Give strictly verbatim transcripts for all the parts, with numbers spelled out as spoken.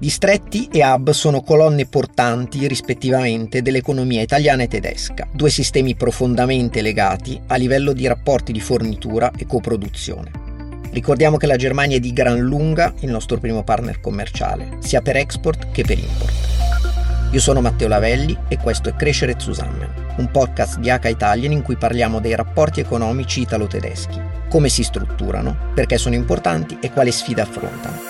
Distretti e hub sono colonne portanti, rispettivamente, dell'economia italiana e tedesca, due sistemi profondamente legati a livello di rapporti di fornitura e coproduzione. Ricordiamo che la Germania è di gran lunga il nostro primo partner commerciale, sia per export che per import. Io sono Matteo Lavelli e questo è Crescere Zusammen, un podcast di H Italien in cui parliamo dei rapporti economici italo-tedeschi, come si strutturano, perché sono importanti e quali sfide affrontano.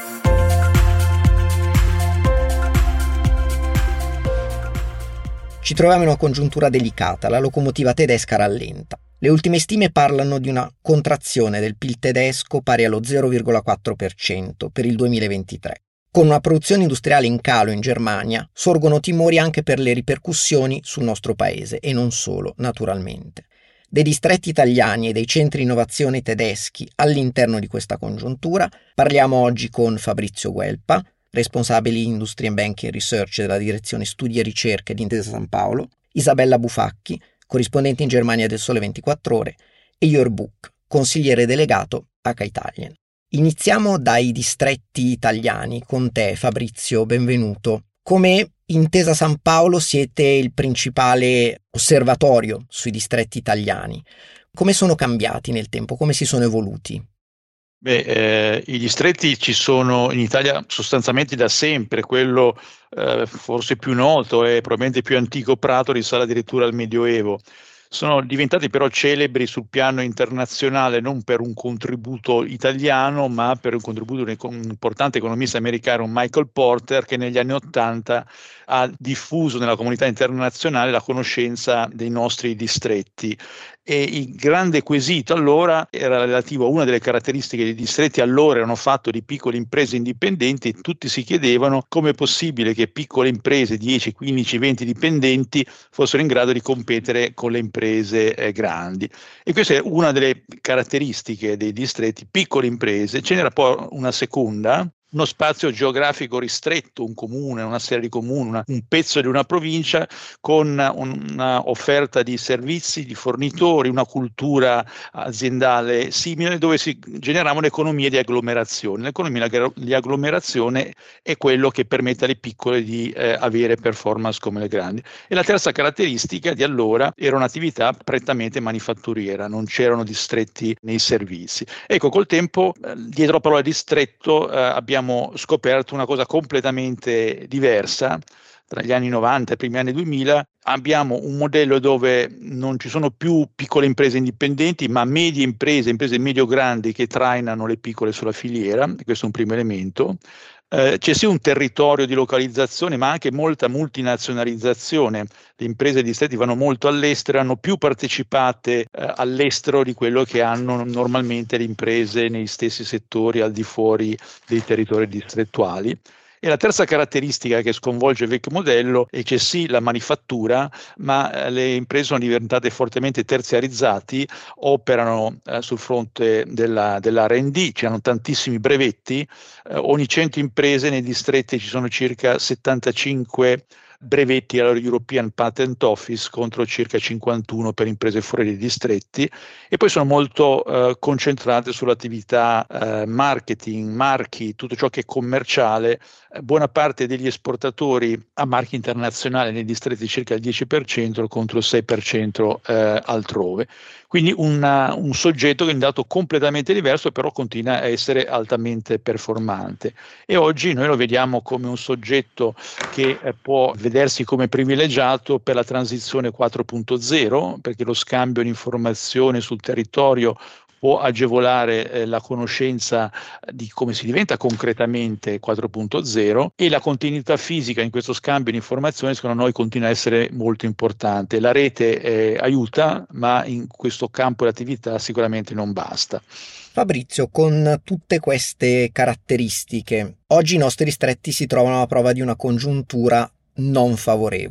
Ci troviamo in una congiuntura delicata, la locomotiva tedesca rallenta. Le ultime stime parlano di una contrazione del P I L tedesco pari allo zero virgola quattro per cento per il duemilaventitré. Con una produzione industriale in calo in Germania, sorgono timori anche per le ripercussioni sul nostro paese, e non solo, naturalmente. Dei distretti italiani e dei centri innovazione tedeschi all'interno di questa congiuntura parliamo oggi con Fabrizio Guelpa, responsabile Industry and Banking Research della direzione Studi e Ricerche di Intesa Sanpaolo, Isabella Bufacchi, corrispondente in Germania del Sole ventiquattro Ore, e Jörg Buck, consigliere delegato H Italien. Iniziamo dai distretti italiani. Con te, Fabrizio, benvenuto. Come Intesa Sanpaolo siete il principale osservatorio sui distretti italiani. Come sono cambiati nel tempo? Come si sono evoluti? Beh, eh, i distretti ci sono in Italia sostanzialmente da sempre. Quello eh, forse più noto e probabilmente più antico Prato risale addirittura al Medioevo. Sono diventati però celebri sul piano internazionale non per un contributo italiano, ma per un contributo di un importante economista americano, Michael Porter, che negli anni Ottanta ha diffuso nella comunità internazionale la conoscenza dei nostri distretti. E il grande quesito allora era relativo a una delle caratteristiche dei distretti. Allora erano fatti di piccole imprese indipendenti e tutti si chiedevano come è possibile che piccole imprese, dieci, quindici, venti dipendenti, fossero in grado di competere con le imprese eh, grandi. E questa è una delle caratteristiche dei distretti, piccole imprese. Ce n'era poi una seconda, uno spazio geografico ristretto, un comune, una serie di comuni, una, un pezzo di una provincia con una offerta di servizi, di fornitori, una cultura aziendale simile, dove si generavano economie di agglomerazione. L'economia di agglomerazione è quello che permette alle piccole di eh, avere performance come le grandi. E la terza caratteristica di allora era un'attività prettamente manifatturiera, non c'erano distretti nei servizi. Ecco, col tempo, eh, dietro la parola distretto, eh, abbiamo abbiamo scoperto una cosa completamente diversa. Tra gli anni novanta e i primi anni duemila abbiamo un modello dove non ci sono più piccole imprese indipendenti, ma medie imprese, imprese medio-grandi che trainano le piccole sulla filiera, e questo è un primo elemento. Eh, c'è sì un territorio di localizzazione, ma anche molta multinazionalizzazione. Le imprese di distretti vanno molto all'estero, hanno più partecipate eh, all'estero di quello che hanno normalmente le imprese nei stessi settori al di fuori dei territori distrettuali. E la terza caratteristica che sconvolge il vecchio modello è che sì, la manifattura, ma le imprese sono diventate fortemente terziarizzate, operano eh, sul fronte della, dell'R and D, ci hanno tantissimi brevetti, eh, ogni cento imprese nei distretti ci sono circa settantacinque brevetti alla European Patent Office contro circa cinquantuno per imprese fuori dai distretti, e poi sono molto eh, concentrate sull'attività eh, marketing, marchi, tutto ciò che è commerciale. Buona parte degli esportatori a marchi internazionali nei distretti circa il dieci per cento contro il sei per cento eh, altrove. Quindi una, un soggetto che è un dato completamente diverso, però continua a essere altamente performante. E oggi noi lo vediamo come un soggetto che eh, può vedersi come privilegiato per la transizione quattro punto zero, perché lo scambio di informazioni sul territorio può agevolare eh, la conoscenza di come si diventa concretamente quattro punto zero, e la continuità fisica in questo scambio di informazioni secondo noi continua a essere molto importante. La rete eh, aiuta, ma in questo campo di attività sicuramente non basta. Fabrizio, con tutte queste caratteristiche, oggi i nostri distretti si trovano alla prova di una congiuntura non favorevole.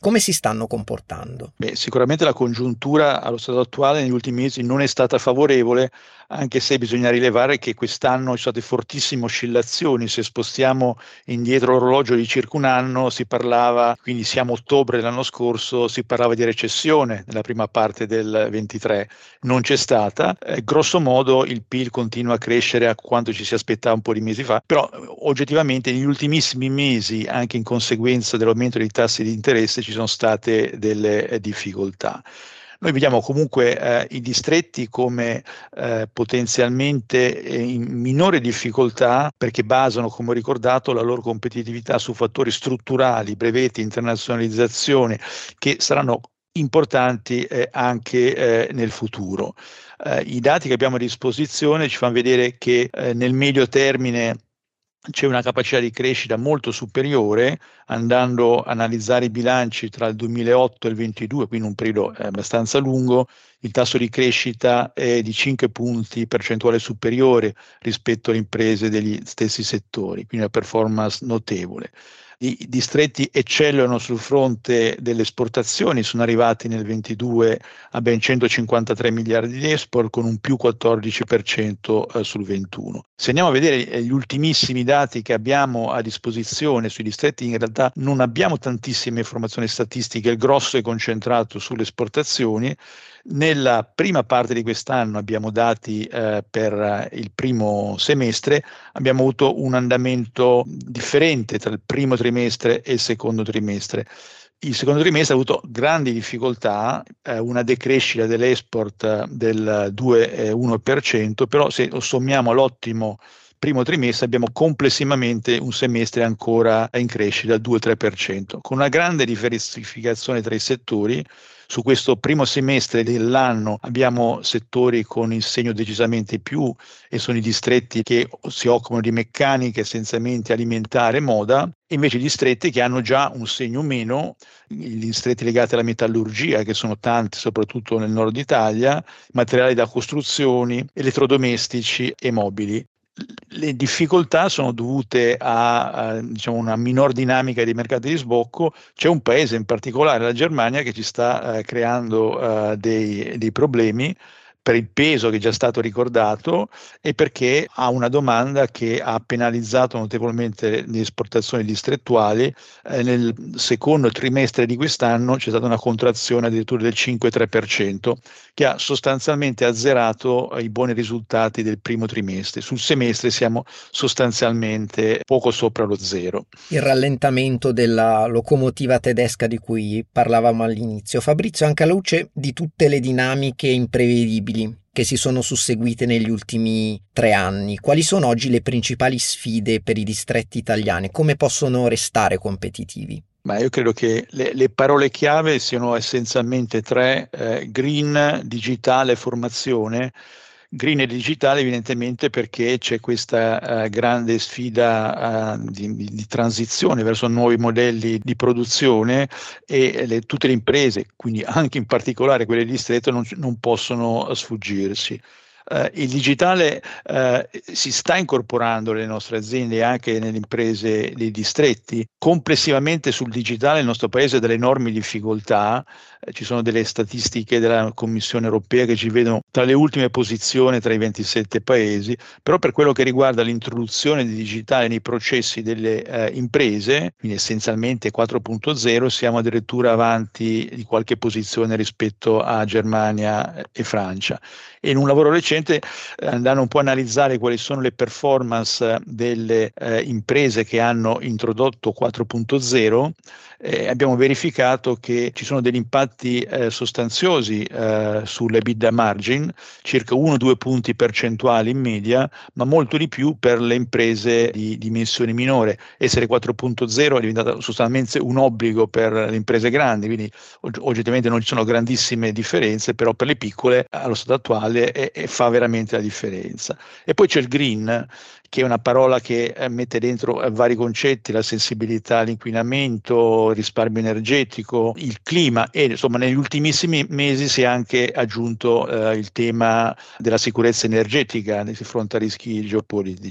come si stanno comportando? Beh, sicuramente la congiuntura allo stato attuale negli ultimi mesi non è stata favorevole, anche se bisogna rilevare che quest'anno ci sono state fortissime oscillazioni. Se spostiamo indietro l'orologio di circa un anno, si parlava, quindi siamo a ottobre dell'anno scorso, si parlava di recessione nella prima parte del ventitré, non c'è stata. Eh, grosso modo il P I L continua a crescere a quanto ci si aspettava un po' di mesi fa, però oggettivamente negli ultimissimi mesi, anche in conseguenza dell'aumento dei tassi di interesse, ci sono state delle eh, difficoltà. Noi vediamo comunque eh, i distretti come eh, potenzialmente eh, in minore difficoltà, perché basano, come ho ricordato, la loro competitività su fattori strutturali, brevetti, internazionalizzazione, che saranno importanti eh, anche eh, nel futuro. Eh, I dati che abbiamo a disposizione ci fanno vedere che eh, nel medio termine c'è una capacità di crescita molto superiore, andando a analizzare i bilanci tra il duemilaotto e il ventidue, quindi un periodo abbastanza lungo. Il tasso di crescita è di cinque punti percentuali superiore rispetto alle imprese degli stessi settori, quindi una performance notevole. I distretti eccellono sul fronte delle esportazioni, sono arrivati nel ventidue a ben centocinquantatré miliardi di export, con un più quattordici per cento sul ventuno. Se andiamo a vedere gli ultimissimi dati che abbiamo a disposizione sui distretti, in realtà non abbiamo tantissime informazioni statistiche, il grosso è concentrato sulle esportazioni. Nella prima parte di quest'anno abbiamo dati eh, per il primo semestre, abbiamo avuto un andamento differente tra il primo trimestre e il secondo trimestre. Il secondo trimestre ha avuto grandi difficoltà, eh, una decrescita dell'export del due virgola uno per cento, però se lo sommiamo all'ottimo primo trimestre abbiamo complessivamente un semestre ancora in crescita al due virgola tre per cento, con una grande diversificazione tra i settori. Su questo primo semestre dell'anno abbiamo settori con il segno decisamente più, e sono i distretti che si occupano di meccanica, essenzialmente alimentare e moda, e invece i distretti che hanno già un segno meno, i distretti legati alla metallurgia, che sono tanti soprattutto nel nord Italia, materiali da costruzioni, elettrodomestici e mobili. Le difficoltà sono dovute a, a diciamo, una minor dinamica dei mercati di sbocco. C'è un paese in particolare, la Germania, che ci sta eh, creando eh, dei, dei problemi per il peso che è già stato ricordato e perché ha una domanda che ha penalizzato notevolmente le esportazioni distrettuali. Eh, nel secondo trimestre di quest'anno c'è stata una contrazione addirittura del cinque virgola tre per cento, che ha sostanzialmente azzerato i buoni risultati del primo trimestre. Sul semestre siamo sostanzialmente poco sopra lo zero. Il rallentamento della locomotiva tedesca di cui parlavamo all'inizio. Fabrizio, anche alla luce di tutte le dinamiche imprevedibili che si sono susseguite negli ultimi tre anni, quali sono oggi le principali sfide per i distretti italiani? Come possono restare competitivi? Ma io credo che le, le parole chiave siano essenzialmente tre: eh, green, digitale, formazione. Green e digitale evidentemente perché c'è questa uh, grande sfida uh, di, di transizione verso nuovi modelli di produzione, e le, tutte le imprese, quindi anche in particolare quelle di distretto, non, non possono sfuggirsi. Uh, il digitale uh, si sta incorporando nelle nostre aziende e anche nelle imprese dei distretti. Complessivamente sul digitale il nostro paese ha delle enormi difficoltà. Uh, ci sono delle statistiche della Commissione europea che ci vedono tra le ultime posizioni tra i ventisette paesi, però per quello che riguarda l'introduzione di digitale nei processi delle uh, imprese, quindi essenzialmente quattro punto zero, siamo addirittura avanti di qualche posizione rispetto a Germania e Francia. E in un lavoro recente, eh, andando un po' a analizzare quali sono le performance delle eh, imprese che hanno introdotto quattro punto zero, eh, abbiamo verificato che ci sono degli impatti eh, sostanziosi eh, sull'EBITDA margin, circa uno due punti percentuali in media, ma molto di più per le imprese di dimensione minore. Essere quattro punto zero è diventato sostanzialmente un obbligo per le imprese grandi, quindi oggettivamente non ci sono grandissime differenze, però per le piccole allo stato attuale e, e fa veramente la differenza. E poi c'è il green, che è una parola che eh, mette dentro eh, vari concetti: la sensibilità all'inquinamento, il risparmio energetico, il clima, e insomma negli ultimissimi mesi si è anche aggiunto eh, il tema della sicurezza energetica di fronte a rischi geopolitici.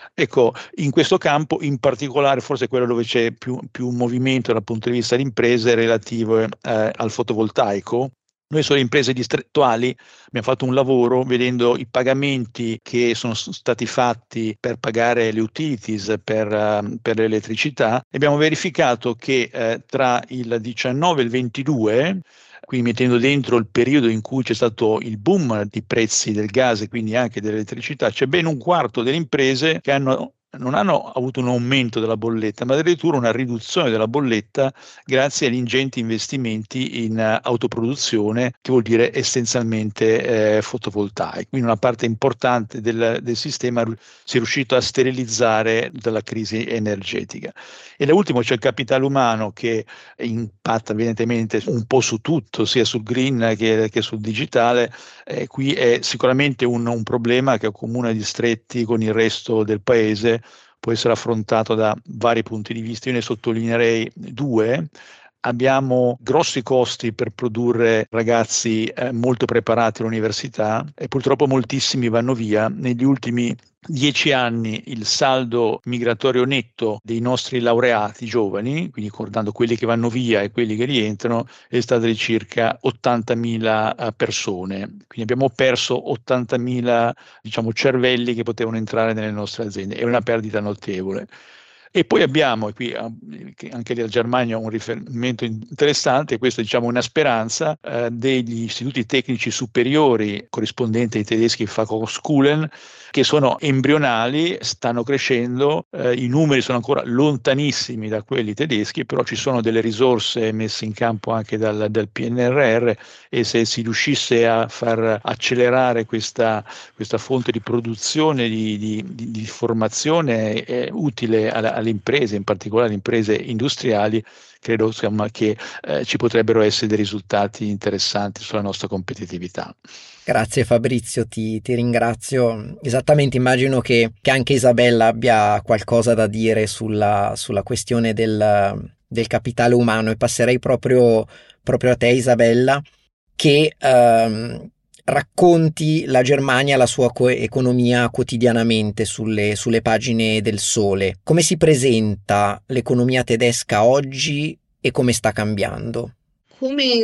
Ecco, in questo campo, in particolare, forse quello dove c'è più, più movimento dal punto di vista di imprese relativo eh, al fotovoltaico. Noi sulle imprese distrettuali abbiamo fatto un lavoro vedendo i pagamenti che sono stati fatti per pagare le utilities per, uh, per l'elettricità e abbiamo verificato che eh, tra il diciannove e il ventidue, quindi mettendo dentro il periodo in cui c'è stato il boom di prezzi del gas e quindi anche dell'elettricità, c'è ben un quarto delle imprese che hanno non hanno avuto un aumento della bolletta, ma addirittura una riduzione della bolletta grazie agli ingenti investimenti in uh, autoproduzione, che vuol dire essenzialmente eh, fotovoltaico. Quindi una parte importante del, del sistema si è riuscito a sterilizzare dalla crisi energetica. E da ultimo c'è il capitale umano che impatta evidentemente un po' su tutto, sia sul green che, che sul digitale. Eh, qui è sicuramente un, un problema che accomuna distretti con il resto del paese, può essere affrontato da vari punti di vista. Io ne sottolineerei due. Abbiamo grossi costi per produrre ragazzi eh, molto preparati all'università e purtroppo moltissimi vanno via. Negli ultimi dieci anni il saldo migratorio netto dei nostri laureati giovani, quindi guardando quelli che vanno via e quelli che rientrano, è stato di circa ottantamila persone. Quindi abbiamo perso ottantamila, diciamo, cervelli che potevano entrare nelle nostre aziende. È una perdita notevole. E poi abbiamo, e qui anche la Germania ha un riferimento interessante, questa diciamo una speranza eh, degli istituti tecnici superiori corrispondenti ai tedeschi Fachhochschulen, che sono embrionali, stanno crescendo, eh, i numeri sono ancora lontanissimi da quelli tedeschi, però ci sono delle risorse messe in campo anche dal, dal P N R R e se si riuscisse a far accelerare questa, questa fonte di produzione, di, di, di, di formazione è utile alla, alle imprese, in particolare alle imprese industriali, credo insomma, che eh, ci potrebbero essere dei risultati interessanti sulla nostra competitività. Grazie Fabrizio, ti, ti ringrazio. Esattamente, immagino che, che anche Isabella abbia qualcosa da dire sulla, sulla questione del, del capitale umano, e passerei proprio, proprio a te Isabella, che ehm, racconti la Germania, la sua co- economia quotidianamente sulle, sulle pagine del Sole. Come si presenta l'economia tedesca oggi e come sta cambiando? Come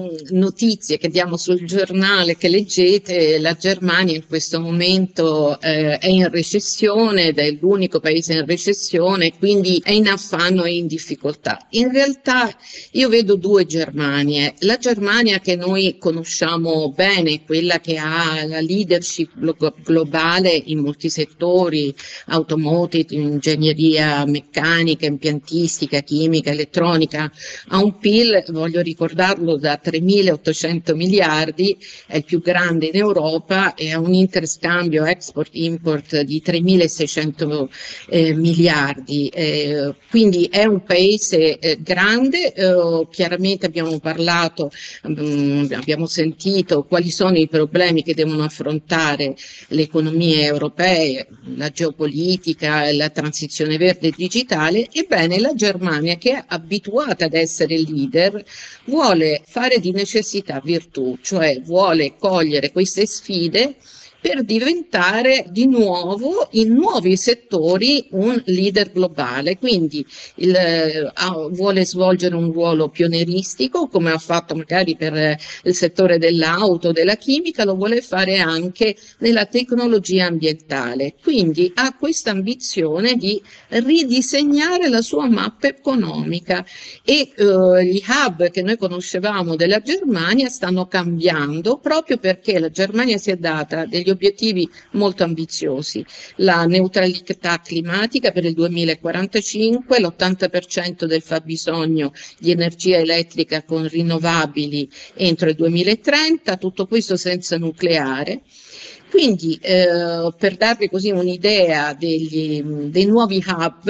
notizie che diamo sul giornale che leggete, la Germania in questo momento eh, è in recessione ed è l'unico paese in recessione, quindi è in affanno e in difficoltà. In realtà io vedo due Germanie. La Germania che noi conosciamo bene, quella che ha la leadership globale in molti settori, automotive, ingegneria meccanica, impiantistica, chimica, elettronica, ha un P I L, voglio ricordare, ricordarlo, da tremilaottocento miliardi, è il più grande in Europa e ha un interscambio export-import di tremilaseicento eh, miliardi. Eh, quindi è un paese eh, grande, eh, chiaramente abbiamo parlato, um, abbiamo sentito quali sono i problemi che devono affrontare le economie europee, la geopolitica, la transizione verde e digitale. Ebbene, la Germania, che è abituata ad essere leader, vuole fare di necessità virtù, cioè vuole cogliere queste sfide per diventare di nuovo in nuovi settori un leader globale. Quindi il, eh, vuole svolgere un ruolo pionieristico, come ha fatto magari per eh, il settore dell'auto, della chimica, lo vuole fare anche nella tecnologia ambientale. Quindi ha questa ambizione di ridisegnare la sua mappa economica e eh, gli hub che noi conoscevamo della Germania stanno cambiando proprio perché la Germania si è data degli obiettivi molto ambiziosi: la neutralità climatica per il duemilaquarantacinque, l'ottanta per cento del fabbisogno di energia elettrica con rinnovabili entro il duemilatrenta, tutto questo senza nucleare. Quindi eh, per darvi così un'idea degli, dei nuovi hub,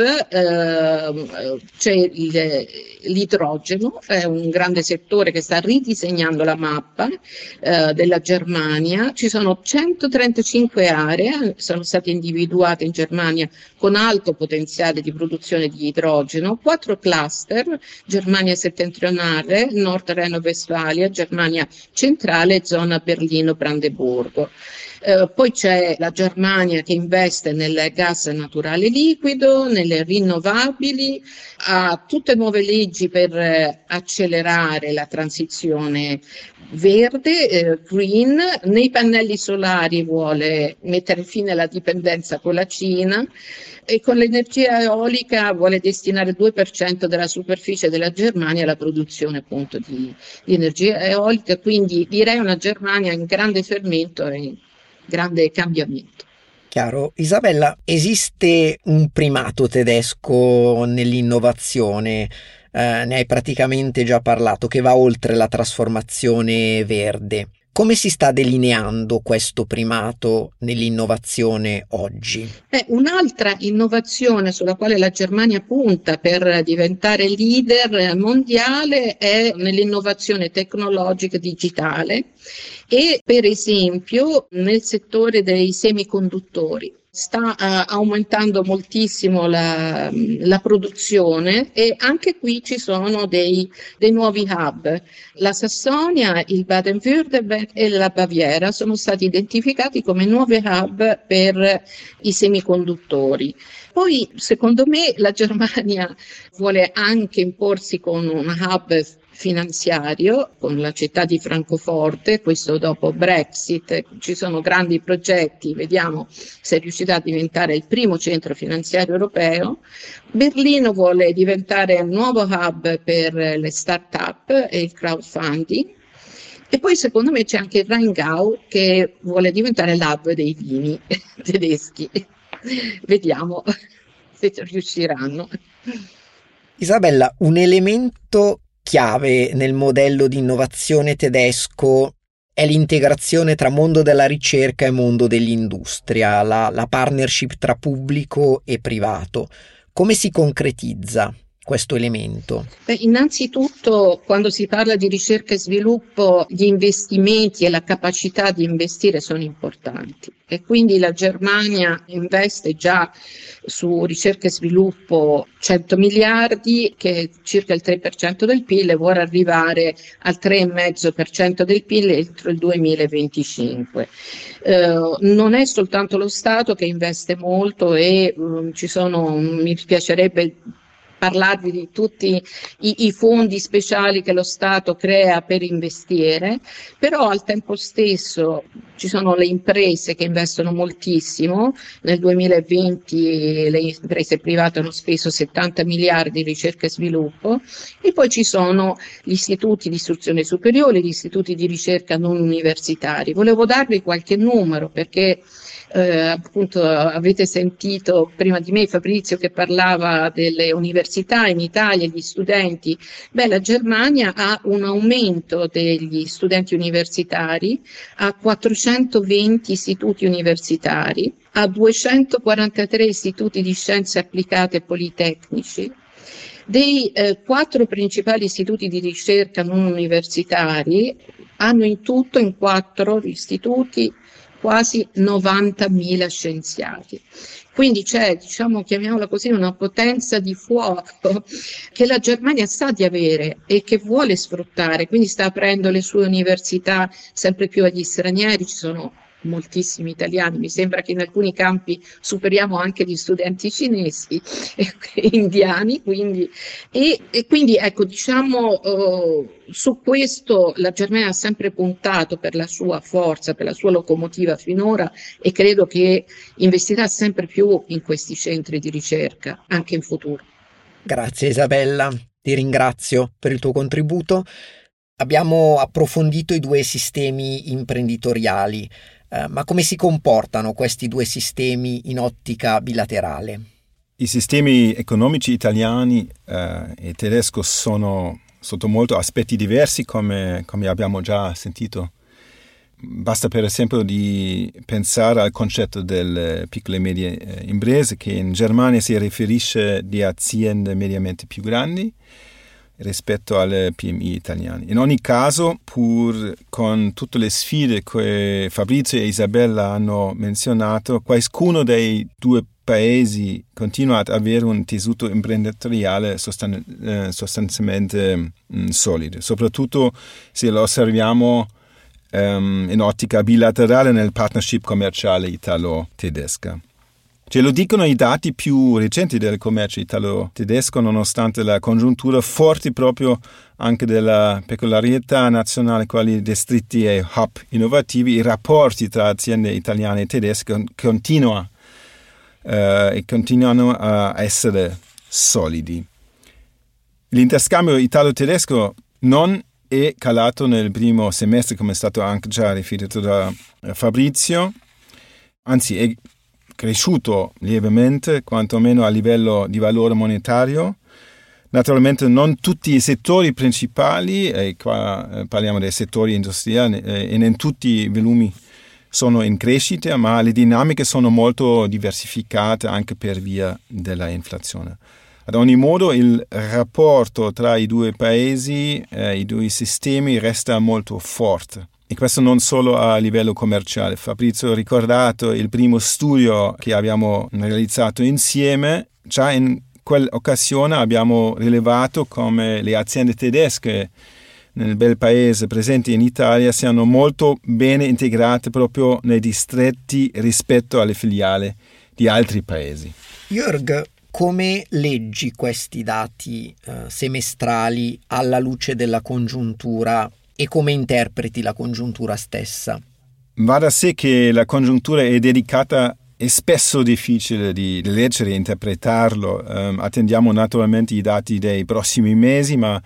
eh, c'è il, l'idrogeno, è un grande settore che sta ridisegnando la mappa eh, della Germania. Ci sono centotrentacinque aree, sono state individuate in Germania con alto potenziale di produzione di idrogeno, quattro cluster: Germania settentrionale, Nord Reno-Westfalia, Germania centrale e zona Berlino-Brandeburgo. Eh, poi c'è la Germania che investe nel gas naturale liquido, nelle rinnovabili, ha tutte nuove leggi per eh, accelerare la transizione verde, eh, green, nei pannelli solari vuole mettere fine alla dipendenza con la Cina e con l'energia eolica vuole destinare il due per cento della superficie della Germania alla produzione appunto di, di energia eolica, quindi direi una Germania in grande fermento e in grande cambiamento. Chiaro. Isabella, esiste un primato tedesco nell'innovazione, eh, ne hai praticamente già parlato, che va oltre la trasformazione verde. Come si sta delineando questo primato nell'innovazione oggi? Eh, un'altra innovazione sulla quale la Germania punta per diventare leader mondiale è nell'innovazione tecnologica digitale e per esempio nel settore dei semiconduttori. Sta uh, aumentando moltissimo la, la produzione e anche qui ci sono dei, dei nuovi hub. La Sassonia, il Baden-Württemberg e la Baviera sono stati identificati come nuovi hub per i semiconduttori. Poi, secondo me, la Germania vuole anche imporsi con un hub finanziario con la città di Francoforte, questo dopo Brexit, ci sono grandi progetti, vediamo se riuscirà a diventare il primo centro finanziario europeo. Berlino vuole diventare un nuovo hub per le start-up e il crowdfunding. E poi secondo me c'è anche il Rheingau che vuole diventare l'hub dei vini tedeschi. Vediamo se riusciranno. Isabella, un elemento chiave nel modello di innovazione tedesco è l'integrazione tra mondo della ricerca e mondo dell'industria, la, la partnership tra pubblico e privato. Come si concretizza questo elemento? Beh, innanzitutto, quando si parla di ricerca e sviluppo, gli investimenti e la capacità di investire sono importanti e quindi la Germania investe già su ricerca e sviluppo cento miliardi, che è circa il tre per cento del P I L, e vuole arrivare al tre virgola cinque per cento del P I L entro il duemilaventicinque. Eh, non è soltanto lo Stato che investe molto e um, ci sono, mi piacerebbe parlarvi di tutti i, i fondi speciali che lo Stato crea per investire, però al tempo stesso ci sono le imprese che investono moltissimo. Nel duemilaventi le imprese private hanno speso settanta miliardi in ricerca e sviluppo e poi ci sono gli istituti di istruzione superiore, gli istituti di ricerca non universitari. Volevo darvi qualche numero perché Eh, appunto avete sentito prima di me Fabrizio che parlava delle università in Italia, gli studenti. Beh, la Germania ha un aumento degli studenti universitari, ha quattrocentoventi istituti universitari, ha duecentoquarantatré istituti di scienze applicate politecnici. Dei eh, quattro principali istituti di ricerca non universitari hanno in tutto in quattro istituti quasi novantamila scienziati. Quindi c'è, diciamo, chiamiamola così, una potenza di fuoco che la Germania sa di avere e che vuole sfruttare, quindi sta aprendo le sue università sempre più agli stranieri, ci sono moltissimi italiani, mi sembra che in alcuni campi superiamo anche gli studenti cinesi e indiani, quindi, e, e quindi ecco, diciamo, eh, su questo la Germania ha sempre puntato per la sua forza, per la sua locomotiva finora e credo che investirà sempre più in questi centri di ricerca, anche in futuro. Grazie Isabella, ti ringrazio per il tuo contributo. Abbiamo approfondito i due sistemi imprenditoriali. Uh, ma come si comportano questi due sistemi in ottica bilaterale? I sistemi economici italiani uh, e tedesco sono sotto molti aspetti diversi, come, come abbiamo già sentito. Basta per esempio di pensare al concetto delle piccole e medie imprese, che in Germania si riferisce di aziende mediamente più grandi rispetto alle P M I italiane. In ogni caso, pur con tutte le sfide che Fabrizio e Isabella hanno menzionato, ciascuno dei due paesi continua ad avere un tessuto imprenditoriale sostan- eh, sostanzialmente mh, solido, soprattutto se lo osserviamo um, in ottica bilaterale nel partnership commerciale italo-tedesca. Ce lo dicono i dati più recenti del commercio italo-tedesco, nonostante la congiuntura forte proprio anche della peculiarità nazionale, quali distretti e hub innovativi. I rapporti tra aziende italiane e tedesche continua, eh, e continuano a essere solidi. L'interscambio italo-tedesco non è calato nel primo semestre, come è stato anche già riferito da Fabrizio, anzi è cresciuto lievemente, quantomeno a livello di valore monetario. Naturalmente non tutti i settori principali, e qua eh, parliamo dei settori industriali, eh, e non tutti i volumi sono in crescita, ma le dinamiche sono molto diversificate anche per via della inflazione. Ad ogni modo il rapporto tra i due paesi, eh, i due sistemi resta molto forte. E questo non solo a livello commerciale. Fabrizio ha ricordato il primo studio che abbiamo realizzato insieme. Già in quell'occasione abbiamo rilevato come le aziende tedesche nel bel paese presenti in Italia siano molto bene integrate proprio nei distretti rispetto alle filiali di altri paesi. Jörg, come leggi questi dati eh, semestrali alla luce della congiuntura e come interpreti la congiuntura stessa? Va da sé che la congiuntura è delicata e spesso difficile di leggere e interpretarlo. Um, attendiamo naturalmente i dati dei prossimi mesi, ma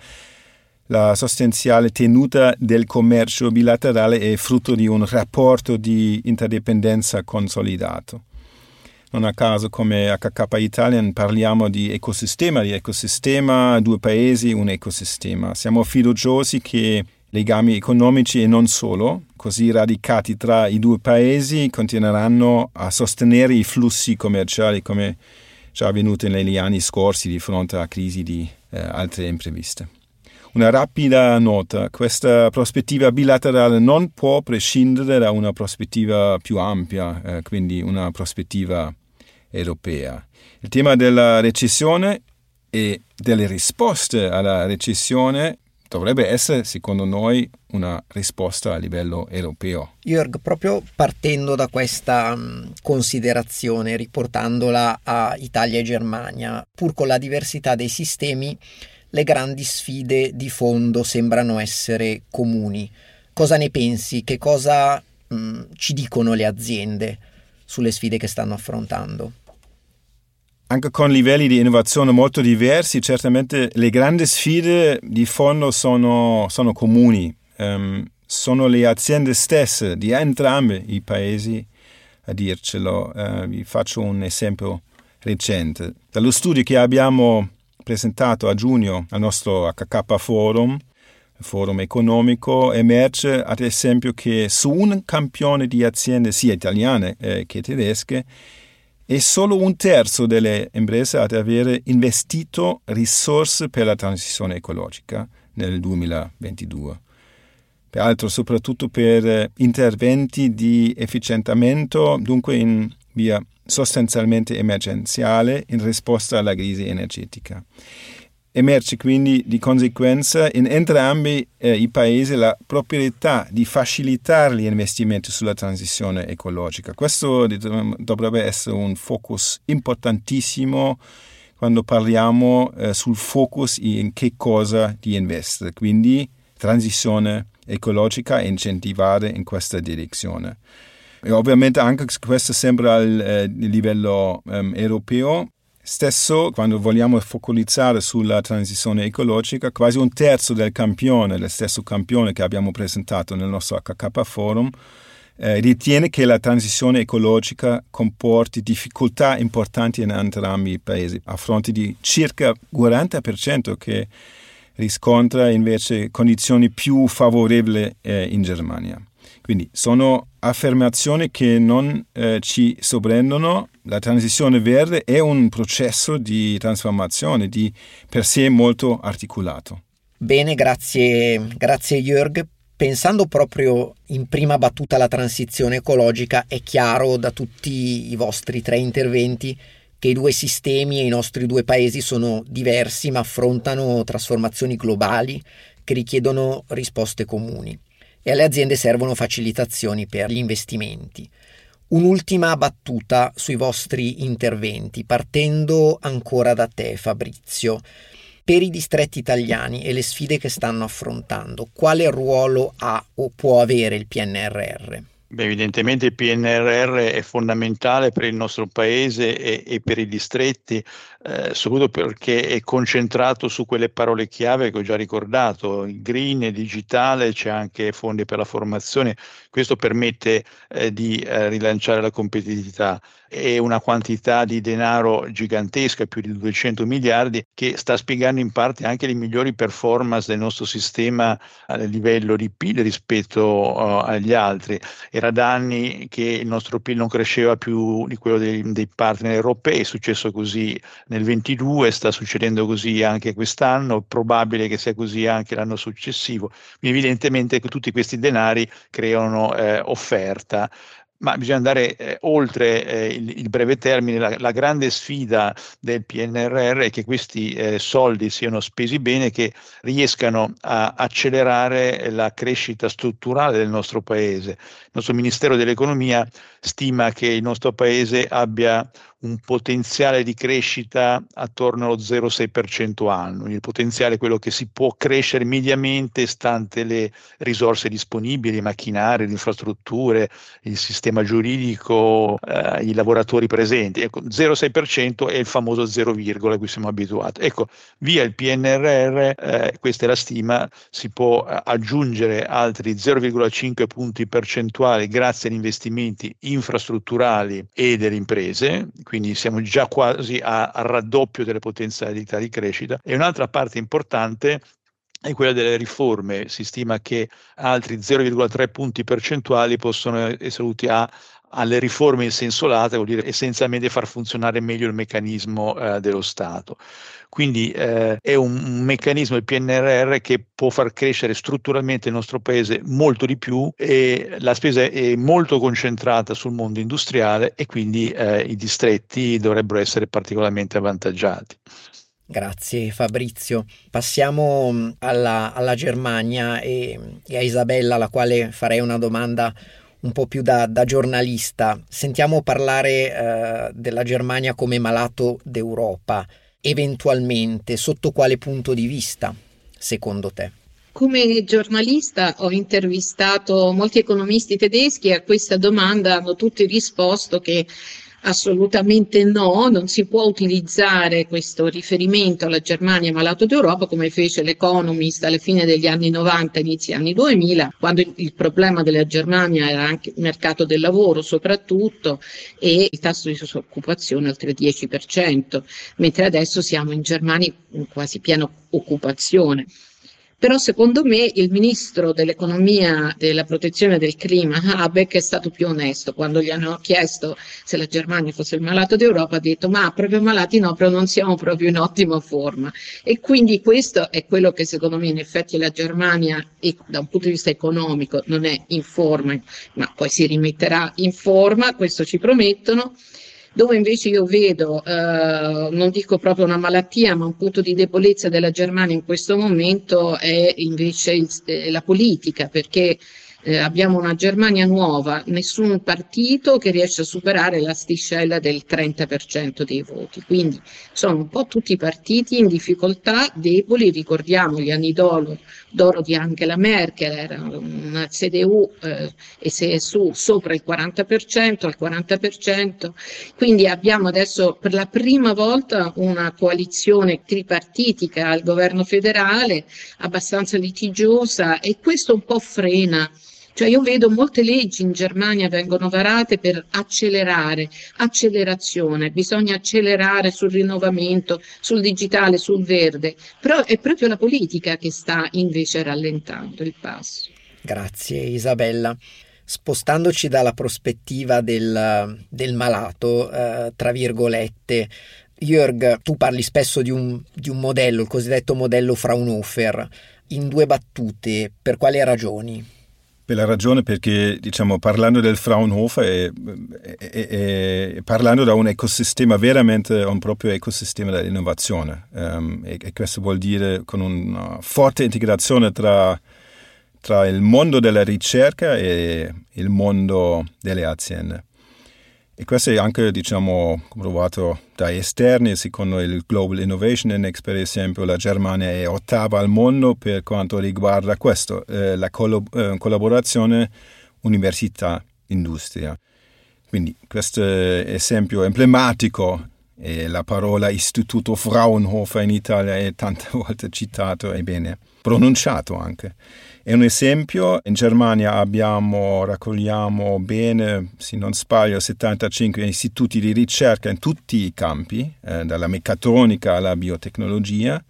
la sostanziale tenuta del commercio bilaterale è frutto di un rapporto di interdipendenza consolidato. Non a caso, come H K Italian, parliamo di ecosistema, di ecosistema, due paesi, un ecosistema. Siamo fiduciosi che legami economici e non solo, così radicati tra i due paesi, continueranno a sostenere i flussi commerciali come già avvenuto negli anni scorsi di fronte a crisi di eh, altre impreviste. Una rapida nota: questa prospettiva bilaterale non può prescindere da una prospettiva più ampia, eh, quindi una prospettiva europea. Il tema della recessione e delle risposte alla recessione dovrebbe essere, secondo noi, una risposta a livello europeo. Jörg, proprio partendo da questa um, considerazione, riportandola a Italia e Germania, pur con la diversità dei sistemi, le grandi sfide di fondo sembrano essere comuni. Cosa ne pensi? Che cosa um, ci dicono le aziende sulle sfide che stanno affrontando? Anche con livelli di innovazione molto diversi, certamente le grandi sfide di fondo sono, sono comuni. Um, sono le aziende stesse di entrambi i paesi a dircelo. Uh, vi faccio un esempio recente. Dallo studio che abbiamo presentato a giugno al nostro H K Forum, forum economico, emerge ad esempio che su un campione di aziende sia italiane eh, che tedesche è solo un terzo delle imprese ad avere investito risorse per la transizione ecologica nel duemilaventidue. Peraltro soprattutto per interventi di efficientamento, dunque in via sostanzialmente emergenziale in risposta alla crisi energetica. Emerge quindi di conseguenza in entrambi eh, i paesi la proprietà di facilitare gli investimenti sulla transizione ecologica. Questo dovrebbe essere un focus importantissimo quando parliamo eh, sul focus in che cosa di investire, quindi transizione ecologica e incentivare in questa direzione. E ovviamente anche questo sempre al eh, livello um, europeo. Stesso, quando vogliamo focalizzare sulla transizione ecologica, quasi un terzo del campione, lo stesso campione che abbiamo presentato nel nostro H K Forum, eh, ritiene che la transizione ecologica comporti difficoltà importanti in entrambi i paesi, a fronte di circa quaranta per cento che riscontra invece condizioni più favorevoli eh, in Germania. Quindi sono affermazioni che non eh, ci sorprendono. La transizione verde è un processo di trasformazione di per sé molto articolato. Bene, grazie, grazie Jörg. Pensando proprio in prima battuta alla transizione ecologica, è chiaro da tutti i vostri tre interventi che i due sistemi e i nostri due paesi sono diversi ma affrontano trasformazioni globali che richiedono risposte comuni. e alle aziende servono facilitazioni per gli investimenti. Un'ultima battuta sui vostri interventi, partendo ancora da te, Fabrizio. Per i distretti italiani e le sfide che stanno affrontando, quale ruolo ha o può avere il P N R R? Beh, evidentemente il P N R R è fondamentale per il nostro paese e, e per i distretti, eh, soprattutto perché è concentrato su quelle parole chiave che ho già ricordato, il green, il digitale, c'è anche fondi per la formazione. Questo permette eh, di eh, rilanciare la competitività e una quantità di denaro gigantesca, più di duecento miliardi, che sta spiegando in parte anche le migliori performance del nostro sistema a livello di P I L rispetto uh, agli altri. Era da anni che il nostro P I L non cresceva più di quello dei, dei partner europei, è successo così nel ventidue, sta succedendo così anche quest'anno, probabile che sia così anche l'anno successivo. Evidentemente che tutti questi denari creano eh, offerta. Ma bisogna andare eh, oltre eh, il, il breve termine. La, la grande sfida del P N R R è che questi eh, soldi siano spesi bene, che riescano a accelerare la crescita strutturale del nostro paese. Il nostro Ministero dell'Economia stima che il nostro paese abbia un potenziale di crescita attorno allo zero virgola sei per cento annuo. Il potenziale è quello che si può crescere mediamente stante le risorse disponibili, i macchinari, le infrastrutture, il sistema giuridico, eh, i lavoratori presenti. Ecco, zero virgola sei per cento è il famoso zero, a cui siamo abituati. Ecco, via il P N R R, eh, questa è la stima, si può aggiungere altri zero virgola cinque punti percentuali grazie agli investimenti infrastrutturali e delle imprese. Quindi siamo già quasi a, al raddoppio delle potenzialità di crescita. E un'altra parte importante è quella delle riforme. Si stima che altri zero virgola tre punti percentuali possono essere utili a alle riforme in senso lato, vuol dire essenzialmente far funzionare meglio il meccanismo eh, dello Stato. Quindi eh, è un, un meccanismo, il P N R R, che può far crescere strutturalmente il nostro paese molto di più, e la spesa è molto concentrata sul mondo industriale e quindi eh, i distretti dovrebbero essere particolarmente avvantaggiati. Grazie Fabrizio. Passiamo alla, alla Germania e, e a Isabella, alla quale farei una domanda un po' più da, da giornalista. Sentiamo parlare eh, della Germania come malato d'Europa. Eventualmente, sotto quale punto di vista, secondo te? Come giornalista ho intervistato molti economisti tedeschi e a questa domanda hanno tutti risposto che assolutamente no, non si può utilizzare questo riferimento alla Germania malato d'Europa come fece l'Economist alla fine degli anni novanta, inizi anni duemila, quando il problema della Germania era anche il mercato del lavoro soprattutto e il tasso di disoccupazione oltre il dieci per cento, mentre adesso siamo in Germania in quasi piena occupazione. Però secondo me il ministro dell'economia e della protezione del clima, Habeck, è stato più onesto. Quando gli hanno chiesto se la Germania fosse il malato d'Europa, ha detto ma proprio malati no, però non siamo proprio in ottima forma. E quindi questo è quello che secondo me in effetti la Germania, da un punto di vista economico, non è in forma, ma poi si rimetterà in forma, questo ci promettono. Dove invece io vedo, eh, non dico proprio una malattia, ma un punto di debolezza della Germania in questo momento è invece il, eh, la politica, perché eh, abbiamo una Germania nuova, nessun partito che riesce a superare l'asticella del trenta per cento dei voti, quindi sono un po' tutti i partiti in difficoltà, deboli. Ricordiamo gli anni d'oro, d'oro di Angela Merkel, era una C D U eh, e C S U sopra il quaranta per cento, al quaranta per cento, quindi abbiamo adesso per la prima volta una coalizione tripartitica al governo federale abbastanza litigiosa e questo un po' frena. Cioè io vedo molte leggi in Germania vengono varate per accelerare, accelerazione, bisogna accelerare sul rinnovamento, sul digitale, sul verde, però è proprio la politica che sta invece rallentando il passo. Grazie Isabella. Spostandoci dalla prospettiva del, del malato, eh, tra virgolette, Jörg, tu parli spesso di un, di un modello, il cosiddetto modello Fraunhofer. In due battute, per quali ragioni? Per la ragione perché, diciamo, parlando del Fraunhofer e, e, e parlando da un ecosistema veramente un proprio ecosistema dell'innovazione, um, e, e questo vuol dire con una forte integrazione tra tra il mondo della ricerca e il mondo delle aziende. E questo è anche, diciamo, provato da esterni. Secondo il Global Innovation Index, per esempio, la Germania è ottava al mondo per quanto riguarda questo, eh, la collab- eh, collaborazione università-industria. Quindi questo esempio emblematico è la parola Istituto Fraunhofer in Italia, è tante volte citato e bene pronunciato anche. È un esempio. In Germania abbiamo, raccogliamo bene, se non sbaglio, settantacinque istituti di ricerca in tutti i campi, eh, dalla meccatronica alla biotecnologia.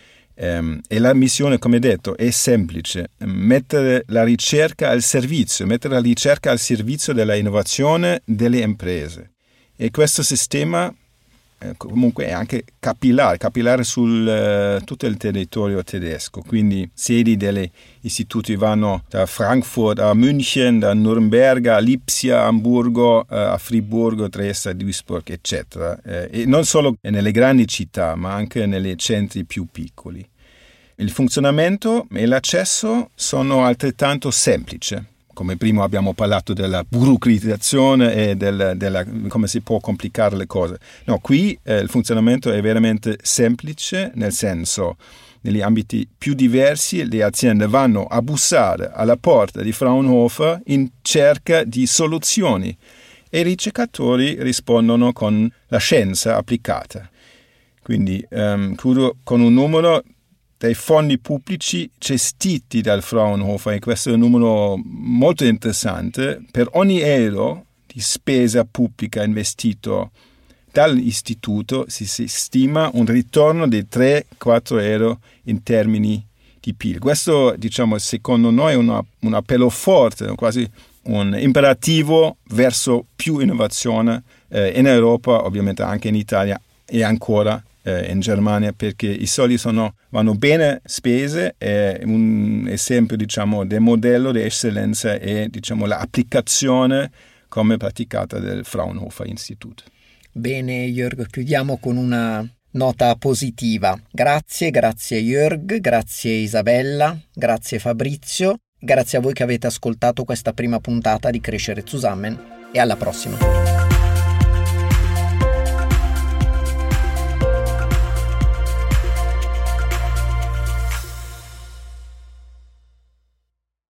Um, e la missione, come detto, è semplice: mettere la ricerca al servizio, mettere la ricerca al servizio della innovazione delle imprese. E questo sistema eh, comunque è anche capillare, capillare su uh, tutto il territorio tedesco. Quindi sedi degli istituti vanno da Frankfurt a München, da Norimberga a Lipsia, a Amburgo, uh, a Friburgo, Dresda, Duisburg, eccetera. Eh, e non solo nelle grandi città, ma anche nei centri più piccoli. Il funzionamento e l'accesso sono altrettanto semplici. Come prima abbiamo parlato della burocratizzazione e del, della, come si può complicare le cose. No, qui eh, il funzionamento è veramente semplice, nel senso, negli ambiti più diversi le aziende vanno a bussare alla porta di Fraunhofer in cerca di soluzioni e i ricercatori rispondono con la scienza applicata. Quindi um, chiudo con un numero dei fondi pubblici gestiti dal Fraunhofer, e questo è un numero molto interessante. Per ogni euro di spesa pubblica investito dall'istituto si, si stima un ritorno di tre quattro euro in termini di P I L. Questo, diciamo, secondo noi è una, un appello forte, quasi un imperativo verso più innovazione eh, in Europa, ovviamente anche in Italia e ancora eh, in Germania, perché i soldi sono, vanno bene spese. È un esempio, diciamo, del modello di eccellenza e, diciamo, l'applicazione come praticata del Fraunhofer Institute. Bene, Jörg, chiudiamo con una nota positiva. Grazie, grazie Jörg, grazie Isabella, grazie Fabrizio, grazie a voi che avete ascoltato questa prima puntata di Crescere Zusammen e alla prossima.